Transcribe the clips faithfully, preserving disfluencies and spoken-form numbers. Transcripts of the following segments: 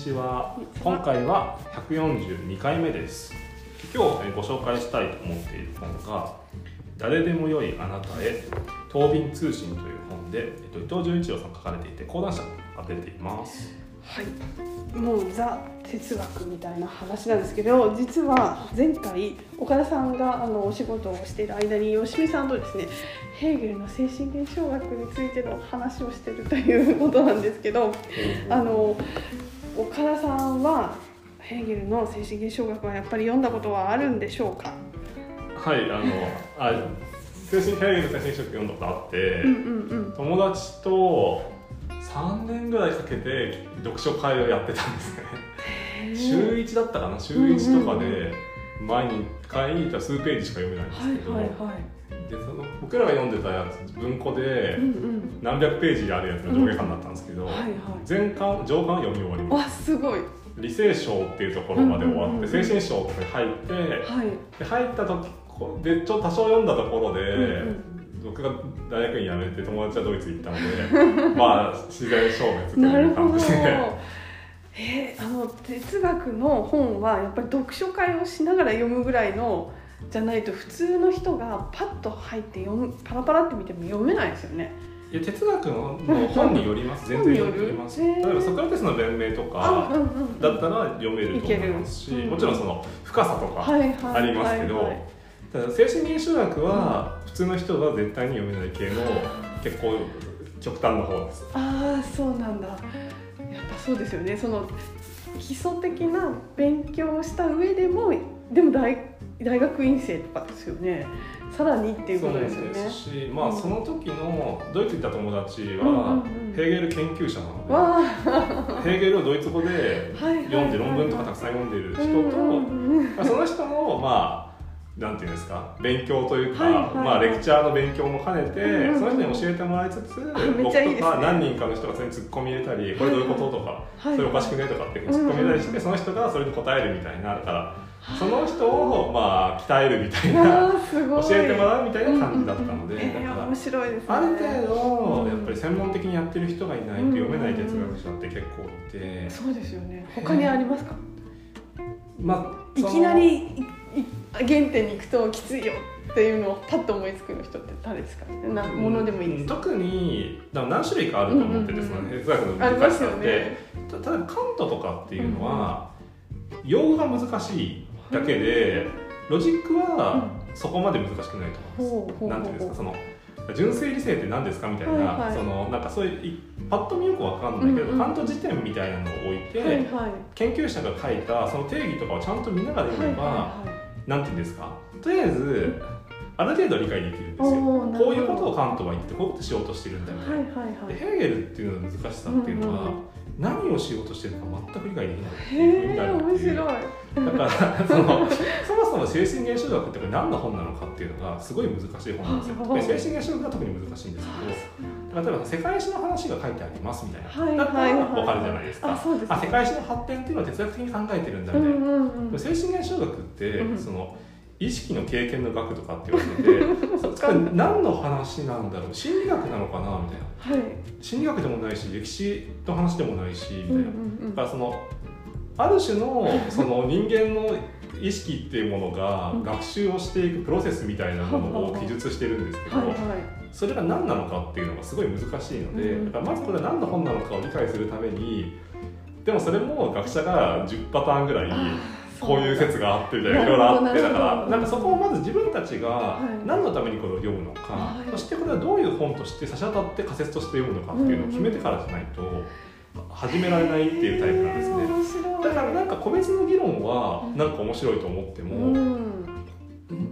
ちは。今回はひゃくよんじゅうにかいめです。今日ご紹介したいと思っている本が誰でもよいあなたへ東便通信という本で、伊藤潤一郎さんが書かれていて講談社が出ています。 はい、もうザ哲学みたいな話なんですけど、実は前回岡田さんがあのお仕事をしている間に吉見さんとですね、ヘーゲルの精神現象学についての話をしているということなんですけど、あの岡田さんはヘーゲルの精神現象学はやっぱり読んだことはあるんでしょうか？ はい、あのあ精神ヘーゲルの精神現象学読んだことあって、うんうんうん、友達とさんねんぐらいかけて読書会をやってたんですね。週いちだったかな、週いちとかで毎回数ページしか読めないんですけど、はいはいはい、でその僕らが読んでたやつ文庫で何百ページあるやつの上下巻だったんですけど、うんうんはいはい、前巻上巻読み終わります。 あ、すごい。 理性章っていうところまで終わって、うんうんうん、精神章とかに入って、はい、で入った時でちょっと多少読んだところで、うんうん僕が大学院辞めて友達はドイツ行ったのでまあ自然消滅という感じでえー、あの哲学の本はやっぱり読書会をしながら読むぐらいのじゃないと普通の人がパッと入って読むパラパラって見ても読めないですよね。 いや哲学の本によります全然よります。例えばソクラテスの弁明とかだったら読めると思いますし、もちろんその深さとかありますけど、ただ精神現象学は普通の人が絶対に読めない系の結構極端な方です。 ああ、そうなんだ。やっぱそうですよね。その基礎的な勉強をした上でもでも 大, 大学院生とかですよね。さらにっていうことですよね。 そうですし、まあ、その時のドイツにいた友達はヘーゲル研究者なので、ヘーゲルをドイツ語で読んで論文とかたくさん読んでいる人と、その人のまあなんていうんですか、勉強というか、はいはいはい、まあ、レクチャーの勉強も兼ねて、うんうん、その人に教えてもらいつつ、僕とか何人かの人がそれにツッコミ入れたり、これどういうこととか、はいはい、それおかしくねとかってツッコミ入れたりして、その人がそれに答えるみたいな、だからその人をまあ鍛えるみたいな、教えてもらうみたいな感じだったので、うんうん、だから面白いですね。 ある程度やっぱり専門的にやってる人がいないと読めない哲学者って結構いて、 うんうん、そうですよね。他にありますか？ まあ、 いきなり原点に行くときついよっていうのをパッと思いつく人って誰ですか？なものでもいいですか？ 特に何種類かあると思ってて、その哲学の難しさって、例えばカントとかっていうのは、うん、用語が難しいだけで、うん、ロジックはそこまで難しくないと思います。なんていうんですか、その純粋理性って何ですかみたいな、はいはい、そのなんかそういうパッと見よくわかんないけど、うんうん、カント辞典みたいなのを置いて、はいはい、研究者が書いたその定義とかをちゃんと見ながら読めば、はいはいはい、なんていうんですか、とりあえずある程度理解できるんですよ。こういうことをカントは言ってこういうことしようとしてるんだみたいな、はいはいはい、でヘーゲルっていうのの難しさっていうのは、うんうん、何をしようとしてるのか全く理解できないっていうふうになるっていう。だからそのそもそも精神現象学って何の本なのかっていうのがすごい難しい本なんですよ。精神現象学が特に難しいんですけど、例えば世界史の話が書いてありますみたいな、はいはいはいはい、だったら分かるじゃないですか。あ、そうですね、あ、世界史の発展っていうのは哲学的に考えてるんだみたいな、うんうんうん、精神現象学って、うん、その意識の経験の学とかって言われてそれ何の話なんだろう、心理学なのかなみたいな、はい、心理学でもないし歴史の話でもないしみたいな、うんうんうん、だからそのある種のその人間の意識っていうものが学習をしていくプロセスみたいなものを記述してるんですけど、はいはい、それが何なのかっていうのがすごい難しいので、だからまずこれは何の本なのかを理解するために、でもそれも学者がじゅうパターンぐらいこういう説があってみたいないろいろあって、だからなんかそこをまず自分たちが何のためにこれを読むのか、はい、そしてこれはどういう本として差し当たって仮説として読むのかっていうのを決めてからじゃないと始められないっていうタイプなんですね。だからなんか個別の議論はなんか面白いと思っても、うん、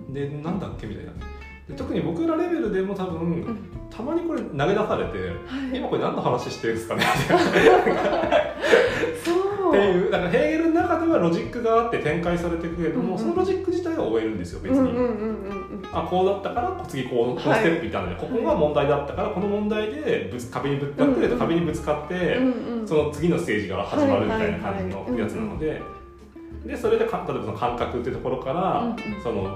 でなんだっけみたいな。で特に僕らレベルでも多分、うん、たまにこれ投げ出されて、はい、今これ何の話してるんですかねそうっていう、だからヘーゲルの中ではロジックがあって展開されていくけれども、うんうん、そのロジック自体は終えるんですよ別に、うんうんうんうん、あこうだったから次こうこのステップいったので、はい、ここが問題だったからこの問題でぶつ壁にぶつかって、うんうん、壁にぶつかって、うんうん、その次のステージが始まるみたいな感じのやつなので、でそれでか例えばその感覚っていうところから、うんうん、その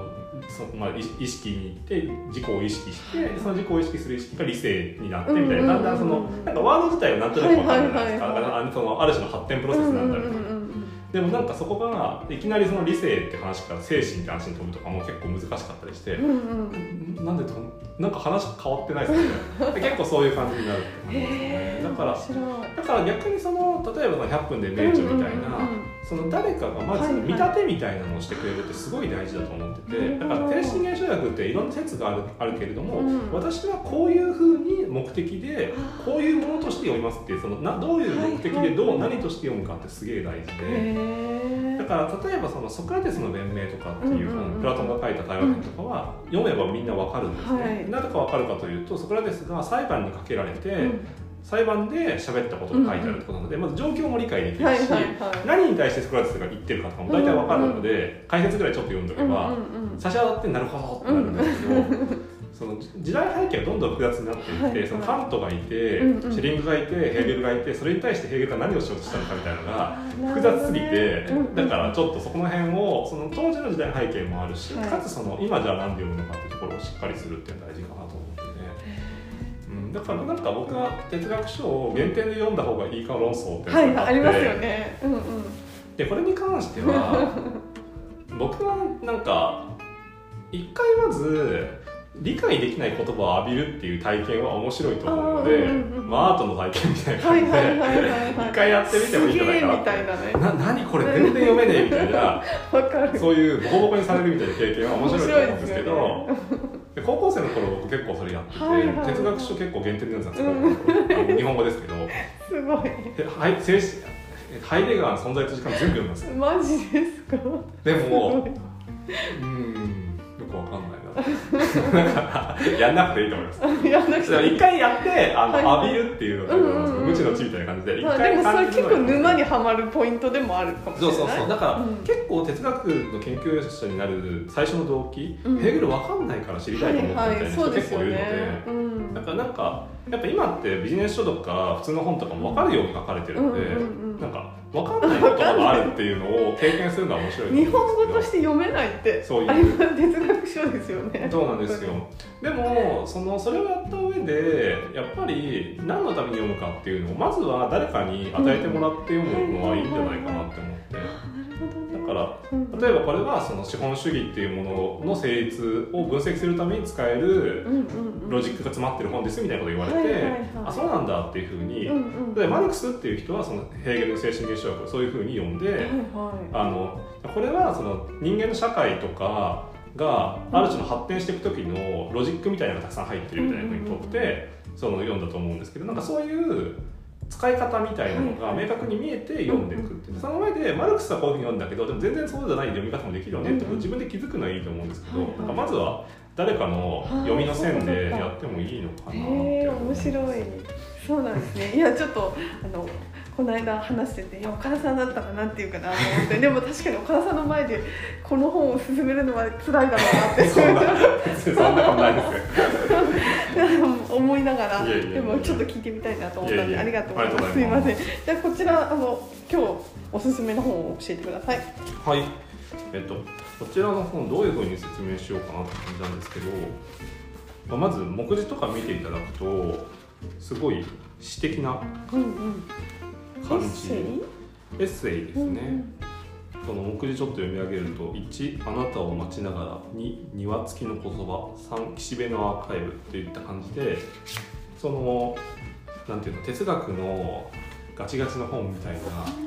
そまあ、意識に行って自己を意識してその自己を意識する意識が理性になってみたいな、だんだんそのなんかワード自体はなんとなく分かるじゃないですか、ある種の発展プロセスなんだみたいな。でもなんかそこがいきなりその理性って話から精神って話に飛ぶとかも結構難しかったりして、うんうん、なんでとなんか話変わってないですかね結構そういう感じになるって思いますね。だからだから逆にその例えばひゃっぷんで名著みたいな、うんうんうん、その誰かがまず見立てみたいなのをしてくれるってすごい大事だと思ってて、はいはい、だから精神現象学っていろんな説がある、あるけれども、うん、私はこういうふうに目的でこういうものとして読みますっていうそのなどういう目的でどう、はいはい、何として読むかってすげえ大事で、だから例えばそのソクラテスの弁明とかっていう本、うんうんうん、プラトンが書いた対話編とかは読めばみんなわかるんですね、はい、なぜかわかるかというとソクラテスが裁判にかけられて、うん、裁判で喋ったことが書いてあるってことなので、うんうん、まず状況も理解できるし、はいはいはい、何に対してソクラテスが言ってるかとかも大体わかるので、うんうん、解説ぐらいちょっと読んどけば、うんうんうん、差し当たってなるほどってなるんですけど、うんうんその時代背景がどんどん複雑になっていって、はいはい、そのカントがいて、うんうん、シェリングがいてヘーゲルがいて、それに対してヘーゲルが何をしようとしたのかみたいなのが複雑すぎて、だからちょっとそこの辺をその当時の時代背景もあるし、はい、かつその今じゃあ何で読むのかっていうところをしっかりするっていうのが大事かなと思ってね、うん、だからなんか僕は哲学書を原点で読んだ方がいいか論争っていうのがあって、はい、ありますよね、うんうん、でこれに関しては僕はなんか一回まず理解できない言葉を浴びるっていう体験は面白いと思うので、うんうん、まあ、アートの体験みたいな感じで一回やってみてもいいんじゃないかなって、な何これ全然読めねえみたいなそういうボコボコにされるみたいな経験は面白いと思うんですけど、で高校生の頃僕結構それやってて、はいはいはい、哲学書結構限定で読んでたんですよ、うん、日本語ですけどすごいはい精神ハイデガーの存在と時間全部読みますマジですか。 でもうんよくわかんないだからやんなくていいと思います。やんなくていい。一回やってあの、はい、浴びるっていうのが、うんうん、無知の知みたいな感じで一回、 まあ、でもそれ結構沼にはまるポイントでもあるかもしれない。 そうそうそう。だから、うん、結構哲学の研究者になる最初の動機、うん、ヘーゲルわかんないから知りたいと思ったみたいな人結構いるので、はいはいねうん、だからなんかやっぱ今ってビジネス書とか普通の本とかも分かるように書かれてるので、うんうんうん、なんか分かんないことがあるっていうのを経験するのは面白いと思うんですけど、 日本語として読めないってそういうあれは哲学書ですよね。 そうなんですよ。でもそのそれをやった上でやっぱり何のために読むかっていうのをまずは誰かに与えてもらって読むのはいいんじゃないかなって思って、だから例えばこれはその資本主義っていうものの成立を分析するために使えるロジックが詰まってる本ですみたいなことを言われて、あ、そうなんだっていうふうに、でマルクスっていう人はそのヘーゲルの精神現象学をそういうふうに読んで、あのこれはその人間の社会とかがある種の発展していく時のロジックみたいなのがたくさん入ってるみたいなふうにとってその読んだと思うんですけど、なんかそういう使い方みたいなのが明確に見えて読んでいくっていう、その上でマルクスはこういうふうに読んだけどでも全然そうじゃない読み方もできるよねってことを自分で気づくのはいいと思うんですけど、なんかまずは誰かの読みの線でやってもいいのかなって。 へー、面白い。そうなんですね。いやちょっとあのこの間話してて、いや岡田さんだったらなんていうかなと思ってでも確かに岡田さんの前でこの本を勧めるのは辛いだろうなってそんなそんなことないですよ思いながら、いやいやいやでもちょっと聞いてみたいなと思ったのでありがとうございます。すいません。じゃあこちらあの今日おすすめの本を教えてください。 はい。えっとこちらの本どういうふうに説明しようかなって感じなんですけど、まあ、まず目次とか見ていただくとすごい詩的な感じ、うんうんエッセイ？エッセイですね、うんうん、その目次ちょっと読み上げるといちあなたを待ちながらに庭付きの言葉さん岸辺のアーカイブといった感じで、そのなんていうの哲学のガチガチの本みたいな、うん、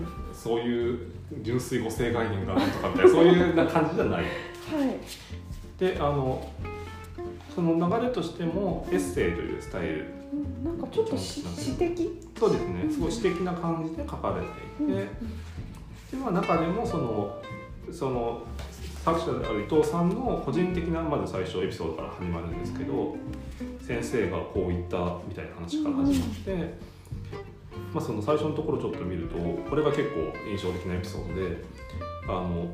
そういう純粋語性概念がなんとかみたいなそういうな感じじゃない、はい、であのその流れとしてもエッセイというスタイル、 なんかちょっと詩的？ そうですね、すごい詩的な感じで書かれていて、でまあ、中でもそのその作者である伊藤さんの個人的なまず最初エピソードから始まるんですけど、先生がこう言ったみたいな話から始まって、まあ、その最初のところちょっと見るとこれが結構印象的なエピソードで、あの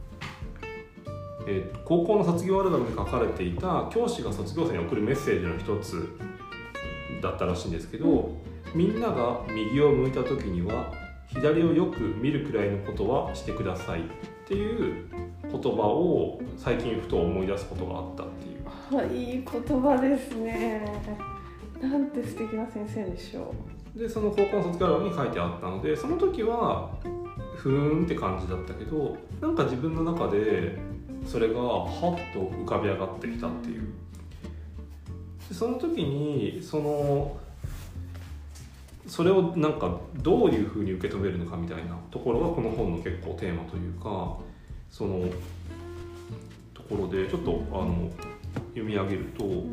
えー、高校の卒業アルバムに書かれていた教師が卒業生に送るメッセージの一つだったらしいんですけど、うん、みんなが右を向いた時には左をよく見るくらいのことはしてくださいっていう言言葉を最近ふと思い出すことがあったっていう。 はい、いい言葉ですね。なんて素敵な先生でしょう。でその高校の卒業アルバムに書いてあったので、その時はふーんって感じだったけど、なんか自分の中でそれがはっと浮かび上がってきたっていう。でその時にそのそれをなんかどういうふうに受け止めるのかみたいなところがこの本の結構テーマというか、そのところでちょっとあの読み上げると、うん、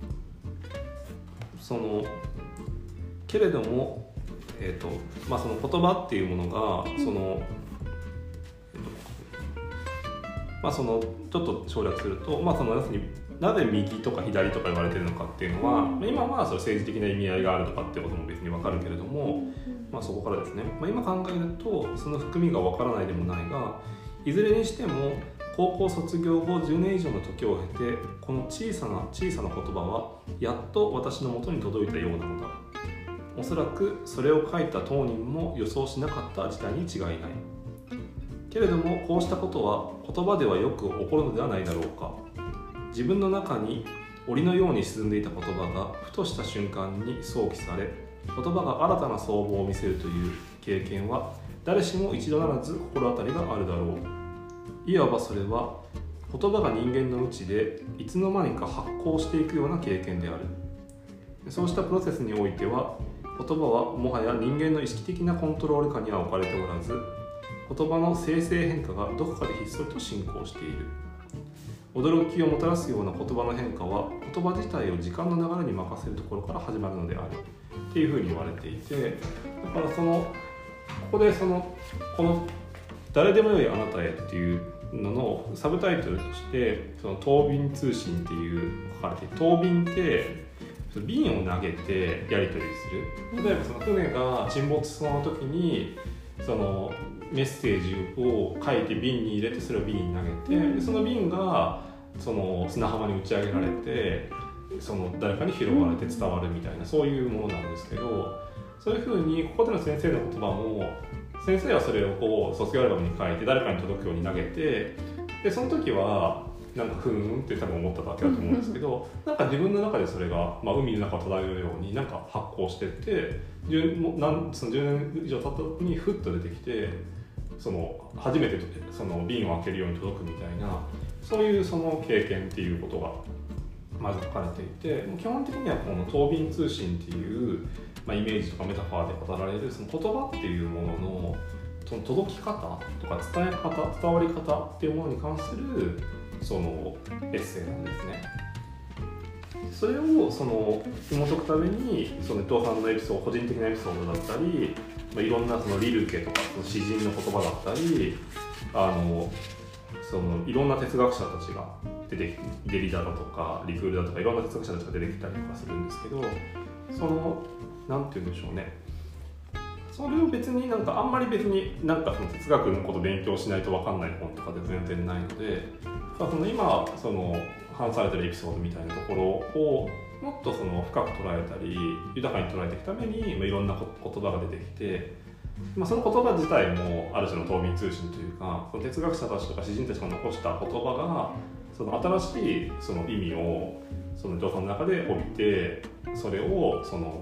そのけれども、えーとまあ、その言葉っていうものが、うん、その、えーとまあ、そのちょっと省略すると、まあ、その要するになぜ右とか左とか言われてるのかっていうのは、うん、今はそれ政治的な意味合いがあるとかっていうことも別に分かるけれども、うんまあ、そこからですね、まあ、今考えるとその含みが分からないでもないが、いずれにしても高校卒業後じゅうねん以上の時を経て、この小さな小さな言葉はやっと私の元に届いたようなのだ。おそらくそれを書いた当人も予想しなかった事態に違いない。けれどもこうしたことは言葉ではよく起こるのではないだろうか。自分の中に檻のように沈んでいた言葉がふとした瞬間に想起され、言葉が新たな相貌を見せるという経験は誰しも一度ならず心当たりがあるだろう。いわばそれは言葉が人間の内でいつの間にか発酵していくような経験である。そうしたプロセスにおいては言葉はもはや人間の意識的なコントロール下には置かれておらず、言葉の生成変化がどこかでひっそりと進行している。驚きをもたらすような言葉の変化は言葉自体を時間の流れに任せるところから始まるのであるっていうふうに言われていて、だからそのここでそのこの誰でもよいあなたへっていうののサブタイトルとしてその答弁通信っていう書かれていて、答弁って瓶を投げてやり取りする。例えばその船が沈没しそうな時にそのメッセージを書いて瓶に入れて、それを瓶に投げて、でその瓶がその砂浜に打ち上げられて、その誰かに拾われて伝わるみたいな、そういうものなんですけど、そういうふうにここでの先生の言葉も、先生はそれをこう卒業アルバムに書いて誰かに届くように投げて、でその時はなんかふーんって多分思っただけだと思うんですけど、なんか自分の中でそれが、まあ、海の中を漂うようになんか発酵してってじゅうなんそのじゅうねん以上経った時にふっと出てきて、その初めてその瓶を開けるように届くみたいな、そういうその経験っていうことがまず書かれていて、基本的にはこの答弁通信っていう、まあ、イメージとかメタファーで語られるその言葉っていうもののその届き方とか伝え方、伝わり方っていうものに関するそのエッセイなんですね。それをその紐解くためにその伊藤さんのエピソード、個人的なエピソードだったり、まあ、いろんなそのリルケとかその詩人の言葉だったり、あのそのいろんな哲学者たちが出てきて、デリダだとかリクールだとかいろんな哲学者たちが出てきたりとかするんですけど、そのなんて言うんでしょうね、それを別になんかあんまり別になんかその哲学のことを勉強しないと分かんない本とかで全然ないので、その今その話されてるエピソードみたいなところをもっとその深く捉えたり豊かに捉えていくために、まあ、いろんな言葉が出てきて、まあ、その言葉自体もある種の答弁通信というか、その哲学者たちとか詩人たちが残した言葉がその新しいその意味をその情報の中で帯びて、それをその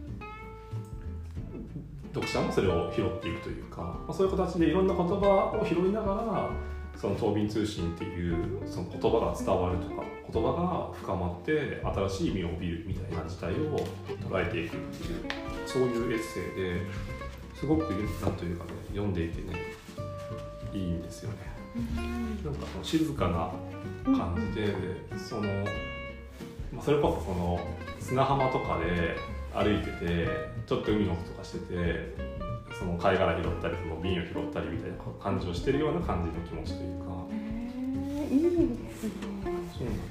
読者もそれを拾っていくというか、まあ、そういう形でいろんな言葉を拾いながらその答弁通信っていうその言葉が伝わるとか、言葉が深まって新しい意味を帯びるみたいな事態を捉えていくっていう、そういうエッセイですごくなんというかね、読んでいてねいいんですよね。なんか静かな感じで、そのそれこそその砂浜とかで歩いててちょっと海の音とかしてて、その貝殻拾ったりその瓶を拾ったりみたいな感じをしてるような感じの気持ちというか、 へー、いいですね。 そうなんです。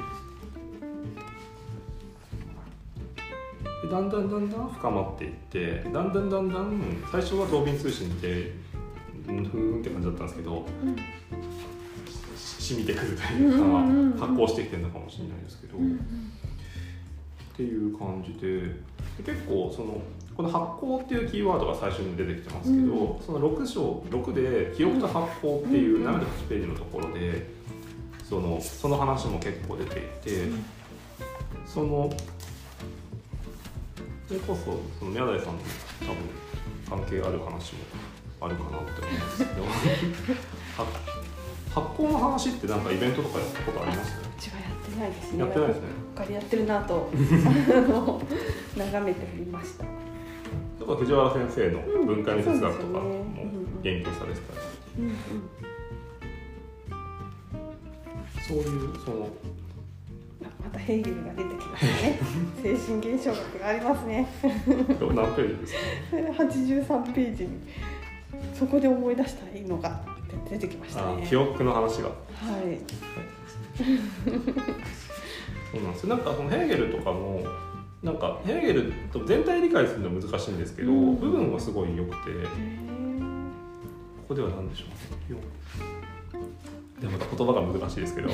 でだんだんだんだん深まっていって、だんだんだんだん最初は答弁通信ってふーんって感じだったんですけど、うん、染みてくるというか、うんうんうん、発酵してきてるのかもしれないですけど、うんうん、っていう感じで、結構そのこの発酵っていうキーワードが最初に出てきてますけど、うん、そのろく章ろくで記憶と発酵っていうななじゅうはちページのところでその、その話も結構出ていて、うん、そのそれこそその宮台さんの多分関係ある話もあるかなって思うんですけど発酵の話ってなんかイベントとかやったことあります？ うちはやってないですね。 やってないですね。 他でやってるなと眺めておりました。 だから藤原先生の文化の哲学とかも研究されてたり、うんうん、そういうそのまたヘーゲルが出てきましたね精神現象学がありますね何ページですか？ はちじゅうさんページにそこで思い出したのが出てきましたね。 あ、記憶の話が、はい、そうなんですよ。なんかそのヘーゲルとかもなんかヘーゲルと全体理解するのは難しいんですけど、うん、部分はすごい良くて、ここでは何でしょう、でもまた言葉が難しいですけど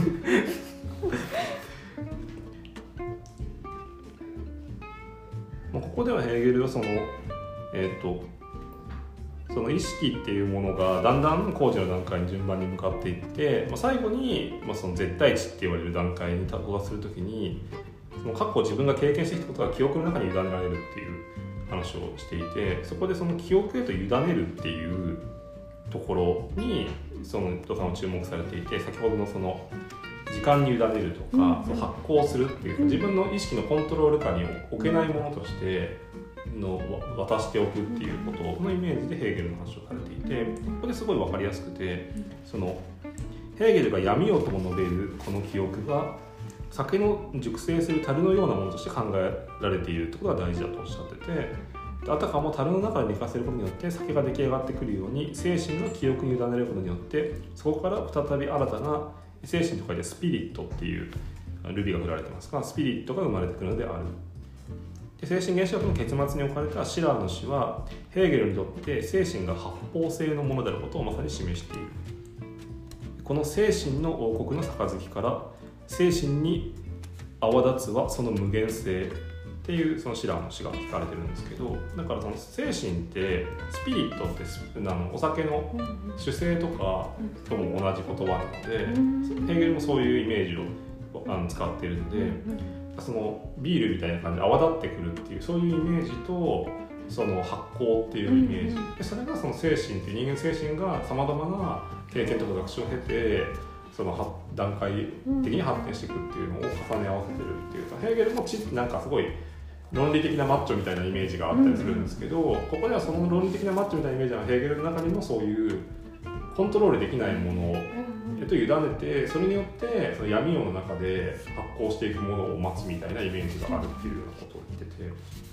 ここではヘーゲルはそのえっとその意識っていうものがだんだん工事の段階に順番に向かっていって、まあ、最後に、まあ、その絶対値って言われる段階に到達するときにその過去自分が経験してきたことが記憶の中に委ねられるっていう話をしていて、そこでその記憶へと委ねるっていうところにその伊藤さんは注目されていて、先ほどのその時間に委ねるとか、うん、その発行するっていう、うん、自分の意識のコントロール下に置けないものとしての渡しておくっていうことのイメージでヘーゲルの話をされていて、ここですごい分かりやすくて、そのヘーゲルが闇をとも述べるこの記憶が酒の熟成する樽のようなものとして考えられているってことが大事だとおっしゃってて、あたかも樽の中で寝かせることによって酒が出来上がってくるように精神の記憶に委ねることによってそこから再び新たな精神と書いてスピリットっていうルビが振られてますが、スピリットが生まれてくるのである。精神現象学の結末に置かれたシラーの詩はヘーゲルにとって精神が発泡性のものであることをまさに示している。この精神の王国の杯から精神に泡立つはその無限性っていうそのシラーの詩が聞かれてるんですけど、だからその精神ってスピリットってあのお酒の酒精とかとも同じ言葉なので、ヘーゲルもそういうイメージをあの使っているので、そのビールみたいな感じで泡立ってくるっていうそういうイメージとその発酵っていうイメージ、うんうん、でそれがその精神っていう人間精神がさまざまな経験とか学習を経てその段階的に発展していくっていうのを重ね合わせてるっていうか、ヘーゲルもちなんかすごい論理的なマッチョみたいなイメージがあったりするんですけど、うんうん、ここではその論理的なマッチョみたいなイメージはヘーゲルの中にもそういうコントロールできないものをと委ねて、それによってその闇夜の中で発酵していくものを待つみたいなイメージがあるっていうようなことを言ってて、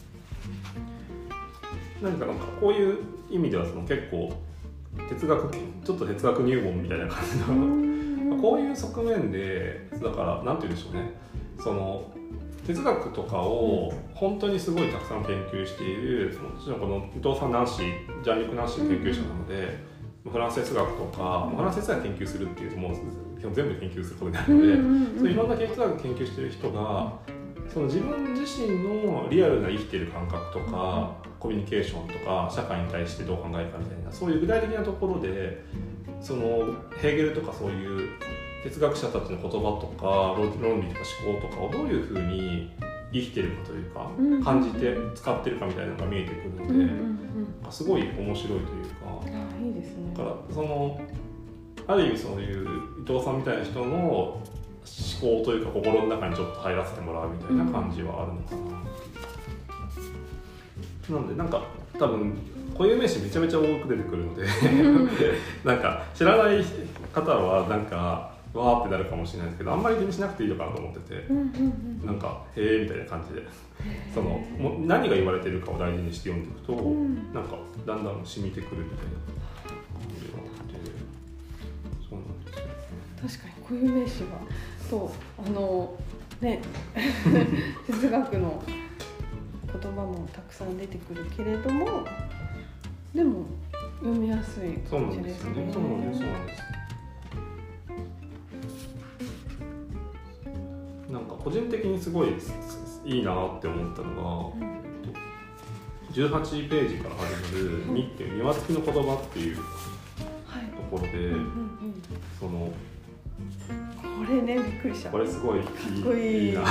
何かなんかこういう意味ではその結構哲学ちょっと哲学入門みたいな感じのこういう側面でだからなんて言うんでしょうね、その哲学とかを本当にすごいたくさん研究している、もちろんこの伊藤さんナンシージャンリク・ナンシー研究者なので。フランス哲学とか、フランス哲学研究するっていうともう基本全部研究することになるので、うんうんうん、そういろんな哲学研究している人がその自分自身のリアルな生きている感覚とか、うん、コミュニケーションとか社会に対してどう考えるかみたいなそういう具体的なところでそのヘーゲルとかそういう哲学者たちの言葉とか論理とか思考とかをどういうふうに生きてるかというか、うん、感じて使ってるかみたいなのが見えてくるので、うんうんうん、すごい面白いというか、 あ、いいですね。 だからそのある意味そういう伊藤さんみたいな人の思考というか心の中にちょっと入らせてもらうみたいな感じはあるのかな、うん、なのでなんか多分固有名詞めちゃめちゃ多く出てくるのでなんか知らない方はなんかわーってなるかもしれないですけど、あんまり気にしなくていいのかなと思ってて、うんうんうん、なんかへーみたいな感じでそのもう何が言われてるかを大事にして読んでいくと、うん、なんかだんだん染みてくるみたいな感じがあって、そうなんですよ。 確かに固有名詞がとあのね哲学の言葉もたくさん出てくるけれども、でも読みやすい感じですね。 そうなんですね。そうなんです。そうなんです。なんか個人的にすごいいいなって思ったのが、うん、 じゅうはちページから始まる「に」っていう庭付きの言葉っていうところで、はいうんうんうん、そのこれねびっくりした。 これすごいいいかっこいい、 いいな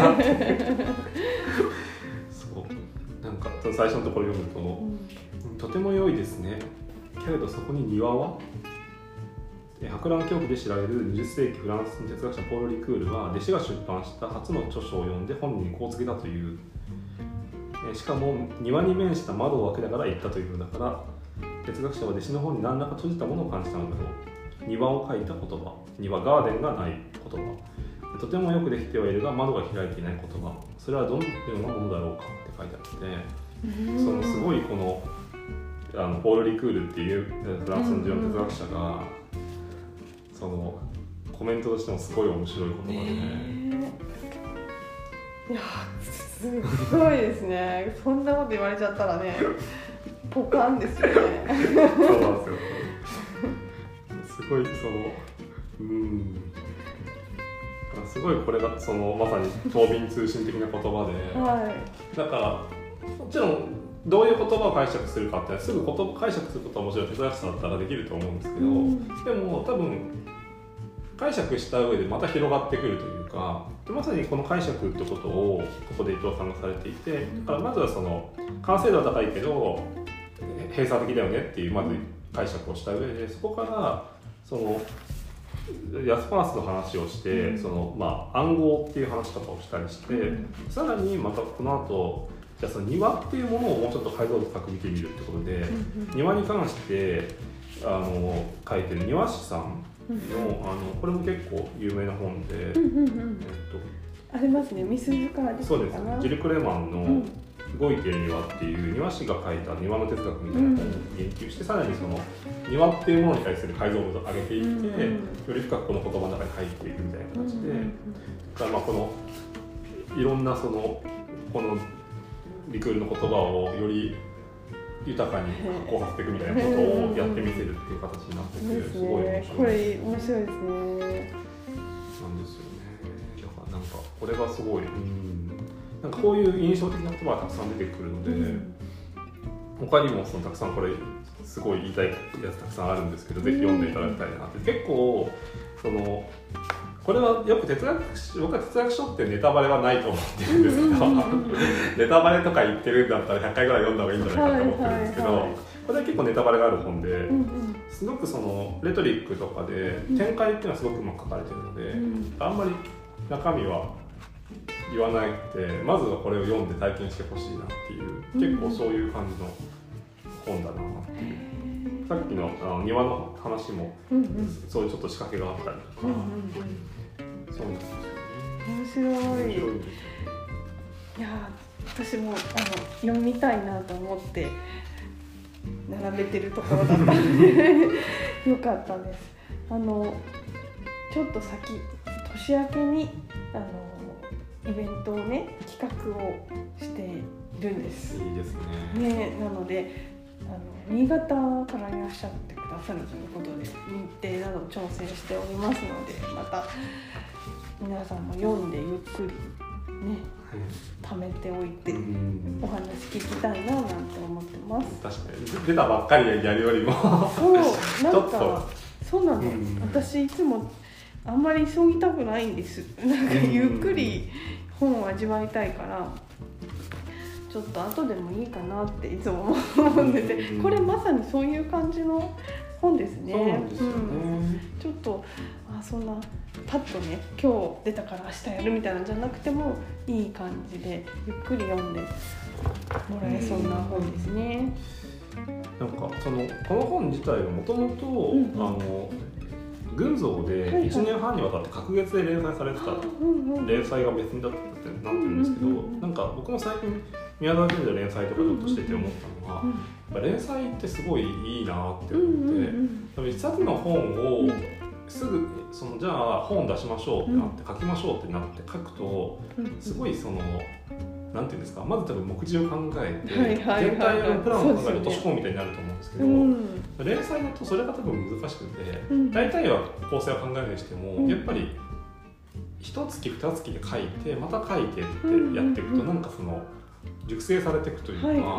そうなんか最初のところ読むと、うん、とても良いですね。けれどそこに庭は博覧教区で知られるにじゅっせいきフランスの哲学者ポール・リクールは弟子が出版した初の著書を読んで本人にこう告げたという。しかも庭に面した窓を開けながら言ったというのだから哲学者は弟子の方に何らか閉じたものを感じたのだろう。庭を書いた言葉、庭ガーデンがない言葉、とてもよくできてはいるが窓が開いていない言葉、それはどのようなものだろうかって書いてあって、そのすごいこのあのポール・リクールっていうフランスの哲学者がそのコメントとしてもすごい面白い言葉でね、 いやすごいですねそんなこと言われちゃったらねポカンですよねそうなんですよすごいそのうんすごいこれがそのまさに等便通信的な言葉で、はい、だからもちろんどういう言葉を解釈するかってすぐ言葉解釈することはもちろん哲学者だったらできると思うんですけど、うん、でも多分解釈した上でまた広がってくるというか、まさにこの解釈ってことをここで伊藤さんがされていて、だからまずはその完成度は高いけど閉鎖的だよねっていうまず解釈をした上で、そこからそのヤスパースの話をして、うん、そのまあ暗号っていう話とかをしたりして、うん、さらにまたこの後じゃあその庭っていうものをもうちょっと解像度高く見てみるってことで、うん、庭に関してあの書いてる庭師さんの、あのこれも結構有名な本で、うんうんうんえっと、ありますね、ミスズカーですか。 そうです、ジル・クレマンの動いている庭っていう庭師が書いた庭の哲学みたいな本を研究して、うん、さらにその庭っていうものに対する解像度を上げていって、うんうん、より深くこの言葉の中に入っていくみたいな形で、うんうん、だからまあこのいろんなそのこのリクールの言葉をより豊かに発行させていくみたいなことをやってみせるっていう形になってて、すごい面白い。 これ面白いですね。なんですよね。だからなんかこれがすごい、うん、なんかこういう印象的な言葉がたくさん出てくるので、うん、他にもそのたくさんこれすごい言いたいやつたくさんあるんですけど、ぜひ読んでいただきたいなって。結構そのこれはよく哲学僕は哲学書ってネタバレはないと思ってるんですけどネタバレとか言ってるんだったらひゃっかいぐらい読んだ方がいいんじゃないかと思ってるんですけど、はいはいはい、これは結構ネタバレがある本で、うんうん、すごくそのレトリックとかで展開っていうのはすごくうまく書かれてるので、うん、あんまり中身は言わなくて、まずはこれを読んで体験してほしいなっていう、うん、結構そういう感じの本だなっていう。さっき の, あの庭の話も、うんうん、そういうちょっと仕掛けがあったりとか、うんうんうん、そうなんですよね。 面白い。面白いです。いや私もあの読みたいなと思って並べてるところだったのでよかったです。あのちょっと先年明けにあのイベントをね企画をしているんです。 いいですね。 ねなので。あの新潟からいらっしゃってくださるということで日程など調整しておりますので、また皆さんも読んでゆっくりね貯めておいてお話聞きたいななんて思ってます。 確かに出たばっかりやるよりもそうなんかそうなの、私いつもあんまり急ぎたくないんです。なんかゆっくり本を味わいたいからちょっと後でもいいかなっていつも思ってて、うん、これまさにそういう感じの本ですね。 そうなんですよね、うん、 ちょっとあそんなパッとね今日出たから明日やるみたいなんじゃなくてもいい感じでゆっくり読んでもらえそうな本ですね。 なんかそのこの本自体はもともと群像でいちねんはんにわたって隔月で連載されてた、連載が別にだったってなってるんですけど、なんか僕も最近宮沢賢治の連載とかちょっとしてて思ったのは、やっぱ連載ってすごいいいなって思って、一冊の本をすぐそのじゃあ本出しましょうってなって書きましょうってなって書くとすごいそのなんていうんですか、まず多分目次を考えて全体のプランを考えて落とし込むみたいになると思うんですけど、連載だとそれが多分難しくて、大体は構成は考えないにしてもやっぱり一月二月で書いてまた書いてってやっていくとなんかその熟成されていくというか、 はいはいはい、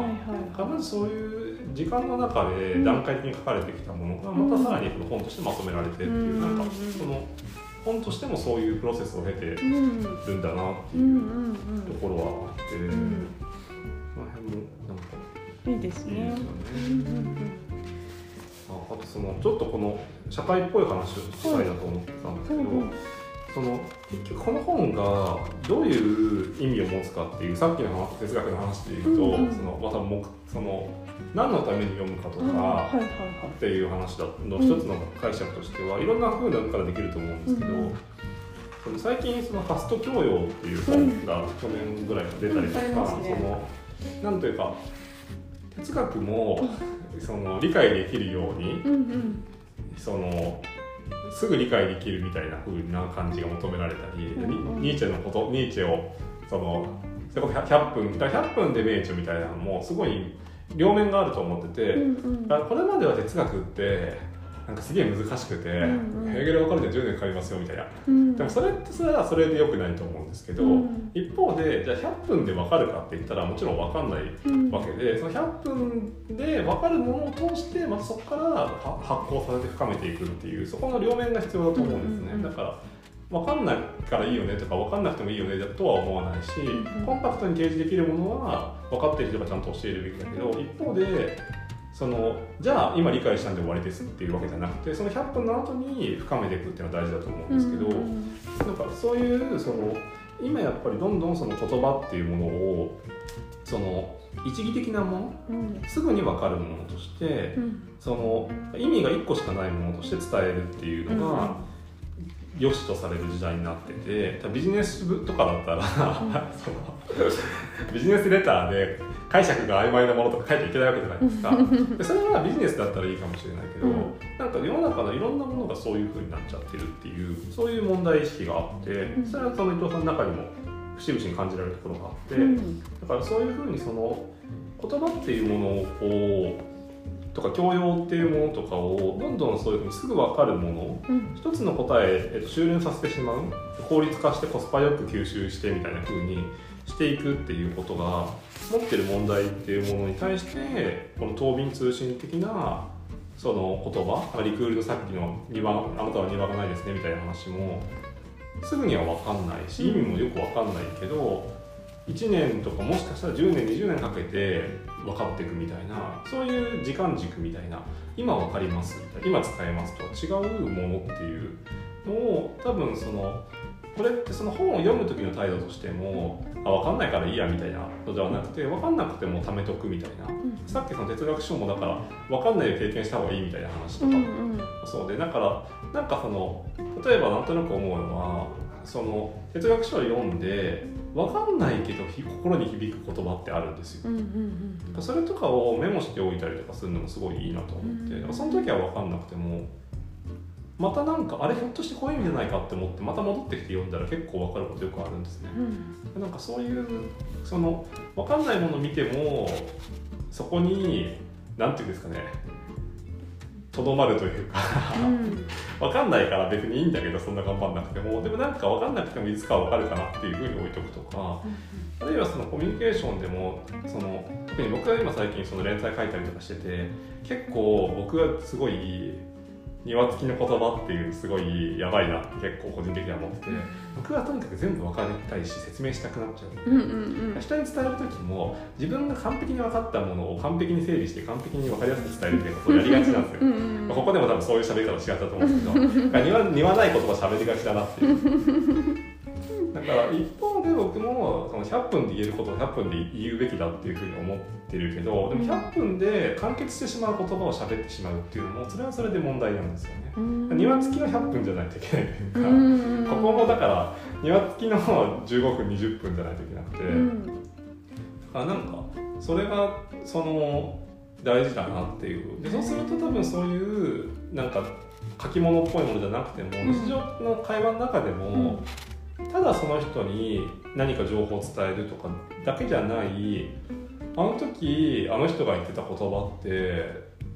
必ずそういう時間の中で段階的に書かれてきたものがまたさらにこの本としてまとめられてっていう、うん、なんかその本としてもそういうプロセスを経てるんだなっていうところはあって、うんうんうん、その辺もなんかいいですね。いいですよね。うんうんうん、 あ, あとそのちょっとこの社会っぽい話をしたいなと思ってたんですけど、はいうんうん、その結局この本がどういう意味を持つかっていうさっきの哲学の話でいうと、うんうん、そのまたもその何のために読むかとかっていう話の一つの解釈としてはいろんな風なからできると思うんですけど、うん、その最近そのファスト教養っていう本が去年ぐらい出たりとか、うんうんね、そのなんというか哲学もその理解できるように、うんうん、そのすぐ理解できるみたいな風な感じが求められたり、うんうん、ニーチェのことニーチェをそのそれこそひゃっぷんだひゃっぷんで名著みたいなのもすごい両面があると思ってて、うんうん、これまでは哲学ってなんかすげえ難しくて、うんうん、ヘーゲル分かるにはじゅうねんかかりますよみたいな、うん、でもそれってそれはそれで良くないと思うんですけど、うん、一方でじゃあひゃっぷんで分かるかって言ったらもちろん分かんないわけで、うん、そのひゃっぷんで分かるものを通してまたそこから発酵させて深めていくっていうそこの両面が必要だと思うんですね、うんうん、だから分かんないからいいよねとか分かんなくてもいいよねとは思わないし、うん、コンパクトに提示できるものは分かっている人がちゃんと教えるべきだけど、一方でそのじゃあ今理解したんで終わりですっていうわけじゃなくてそのひゃっぷんの後に深めていくっていうのは大事だと思うんですけど、うん、なんかそういうその今やっぱりどんどんその言葉っていうものをその一義的なもの、うん、すぐに分かるものとして、うん、その意味がいっこしかないものとして伝えるっていうのが、うん良しとされる時代になってて、ビジネス部とかだったら、うん、そのビジネスレターで解釈が曖昧なものとか書いていけないわけじゃないですかでそれはビジネスだったらいいかもしれないけど、うん、なんか世の中のいろんなものがそういう風になっちゃってるっていうそういう問題意識があって、それはその伊藤さんの中にも節々に感じられるところがあって、うん、だからそういう風にその言葉っていうものをとか教養っていうものとかをどんどんそういうふうにすぐ分かるもの、うん、一つの答え、えっと、修練させてしまう効率化してコスパよく吸収してみたいな風にしていくっていうことが持ってる問題っていうものに対してこの等便通信的なその言葉リクールのさっきの庭あなたは庭がないですねみたいな話もすぐには分かんないし意味もよく分かんないけどいちねんとかもしかしたらじゅうねんにじゅうねんかけて分かっていくみたいなそういう時間軸みたいな今分かりますみたいな今使えますとは違うものっていうのを多分そのこれってその本を読む時の態度としてもあ分かんないからいいやみたいなのではなくて分かんなくても貯めとくみたいな、うん、さっきその哲学書もだから分かんないを経験した方がいいみたいな話とか、うんうん、そうでだからなんかその例えばなんとなく思うのはその哲学書を読んで分かんないけど心に響く言葉ってあるんですよ、うんうんうん、それとかをメモしておいたりとかするのもすごいいいなと思って、うん、その時は分かんなくてもまたなんかあれひょっとしてこういう意味じゃないかって思ってまた戻ってきて読んだら結構分かることよくあるんですね、うん、なんかそういうその分かんないものを見てもそこに何て言うんですかねとどまるというか、うん、分かんないから別にいいんだけどそんな頑張んなくてもでもなんか分かんなくてもいつかは分かるかなっていうふうに置いとくとか、うん、あるいはそのコミュニケーションでもその特に僕は今最近その連載書いたりとかしてて結構僕はすごい庭付きの言葉っていうすごいやばいなって結構個人的には思ってて僕はとにかく全部分かりたいし説明したくなっちゃう、うんうんうん、人に伝える時も自分が完璧に分かったものを完璧に整理して完璧に分かりやすく伝えるっていうことをやりがちなんですようんうん、まあ、ここでも多分そういう喋り方をしがちだと思うんですけど庭, 庭ない言葉喋りがちだなっていうだから一方で僕もそのひゃっぷんで言えることをひゃっぷんで言うべきだっていうふうに思ってるけどでもひゃっぷんで完結してしまう言葉を喋ってしまうっていうのもそれはそれで問題なんですよね。庭付きのひゃっぷんじゃないといけないというかここもだから庭付きのじゅうごふんにじゅっぷんじゃないといけなくてだからなんかそれがその大事だなっていうでそうすると多分そういうなんか書き物っぽいものじゃなくても日常の会話の中でもただその人に何か情報を伝えるとかだけじゃないあの時あの人が言ってた言葉って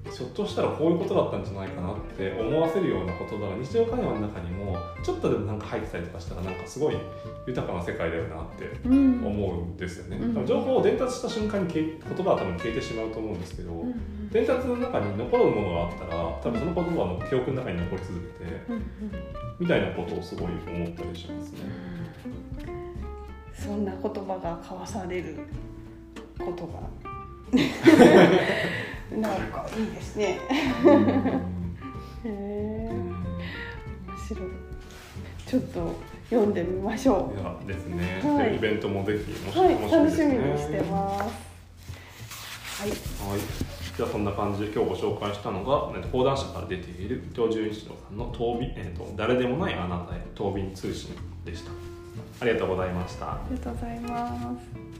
ひょっとしたらこういうことだったんじゃないかなって思わせるような言葉が日常会話の中にもちょっとでもなんか入ってたりとかしたらなんかすごい豊かな世界だよなって思うんですよね、うん、情報を伝達した瞬間に言葉は多分消えてしまうと思うんですけど、うん、伝達の中に残るものがあったら多分その言葉の記憶の中に残り続けて、うん、みたいなことをすごい思ったりしますね、 うん、そんな言葉が交わされることがなんかいいですね。うん、へえ、面白い。ちょっと読んでみましょう。 いやですね。はい、イベントもぜひもし、 はい、 楽しみですね。 楽しみにしてます。はい。 はい。じゃあそんな感じで今日ご紹介したのが講談社から出ている伊藤純一郎さんの答弁、えーと、誰でもないあなたへ答弁通信でした。ありがとうございました。 ありがとうございます。